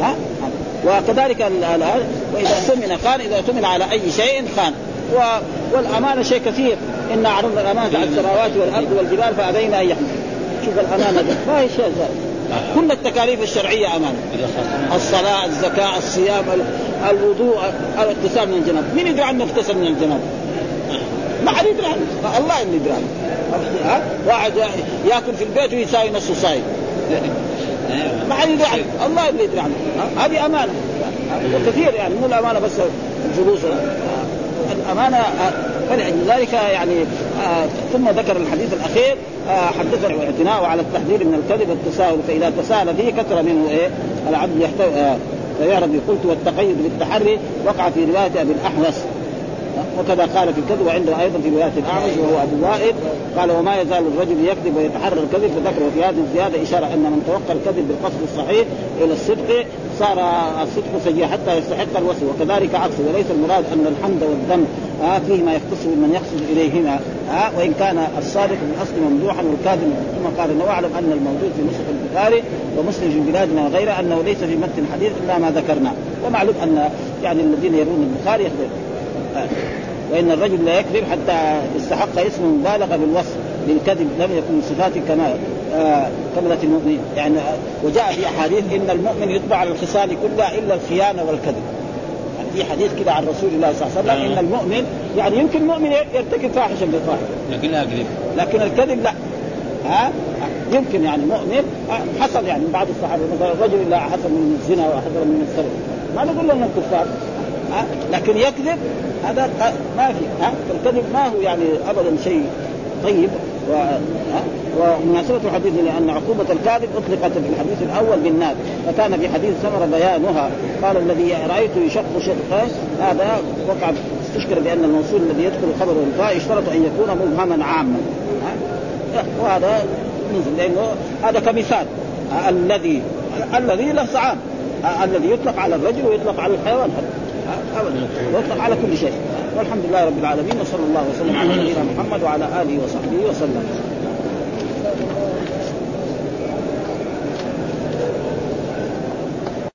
وكذلك وإذا ثمن خان، إذا ثمن على أي شيء خان. والأمانة شيء كثير، إن عرضنا الأمانة على السماوات والأرض والجبال فأبين أن يحملن. شوف الأمانة ما هي شيء زائد، كل التكاليف الشرعية أمانة، الصلاة، الزكاة، الصيام، الوضوء، الاغتسال من الجنابة. مين يدري عنه اغتسل من الجنابة؟ ما حد يدري عنه، الله اللي يدري عنه. واحد يأكل في البيت ويساوي نصه صايم، ما حد يدري عنه، الله اللي يدري عنه. هذه أمانة وكثير، يعني مو الأمانة بس الجلوس، الأمانة. فلذلك يعني ثم ذكر الحديث الأخير حدثنا الاعتناء على التحذير من الكذب والتساهل، فإذا تساهل فيه كثر منه العبد يحتوي فيعرف. قلت والتقيد بالتحري وقع في رواية أبي الأحوص، وكذا قال في الكذب، وعنده أيضا في رواية الأعمش وهو أبو وائل قال وما يزال الرجل يكذب ويتحرى الكذب. فذكر في هذه الزيادة إشارة أن من توقع الكذب بالقصد الصحيح إلى الصدق صار الصدق سيء حتى يستحق الوصف، وكذلك عكسه. وليس المراد أن الحمد والذم فيه ما يختص من يقصد إليهما، وإن كان الصادق بالأصل ممدوحا والكاذب. ثم قال إنه أعلم أن الموجود في نسخ البخاري ومسلم في بلادنا وغيره أنه ليس في متن الحديث إلا ما ذكرنا. ومعلوم أن يعني الذين يرون البخاري يخبر وإن الرجل لا يكذب حتى يستحق اسم مبالغة بالوصف للكذب لم يكن صفاته كما كملة المؤمنين. يعني وجاء في أحاديث إن المؤمن يطبع على الخصال كلها إلا الخيانة والكذب. يعني في حديث كده عن رسول الله صلى الله عليه وسلم إن المؤمن يعني يمكن مؤمن يرتكب فاحشة بالفاحشة لكن الكذب لا. يمكن يعني مؤمن حصل يعني بعض الصحابة مثلا رجل لا حصل من الزنا وحصل من السرقة ما نقول له أنه كفار، لكن يكذب هذا ما في. فالكذب ما هو يعني أبدا شيء طيب. ومناسبة الحديث لأن عقوبة الكاذب أطلقت في الحديث الأول بالنار، فكان في حديث سمر بيانها. قال الذي رأيته يشق شقه هذا وقع استشكر بأن الموصول الذي يدخل خبر الوفاء يشترط أن يكون مبهما عاما، وهذا نزل لأنه هذا كمثال. الذي له صعاب الذي يطلق على الرجل ويطلق على الحيوان ويطلق على كل شيء. والحمد لله رب العالمين، وصلى الله وسلم على نبينا محمد وعلى آله وصحبه وسلم.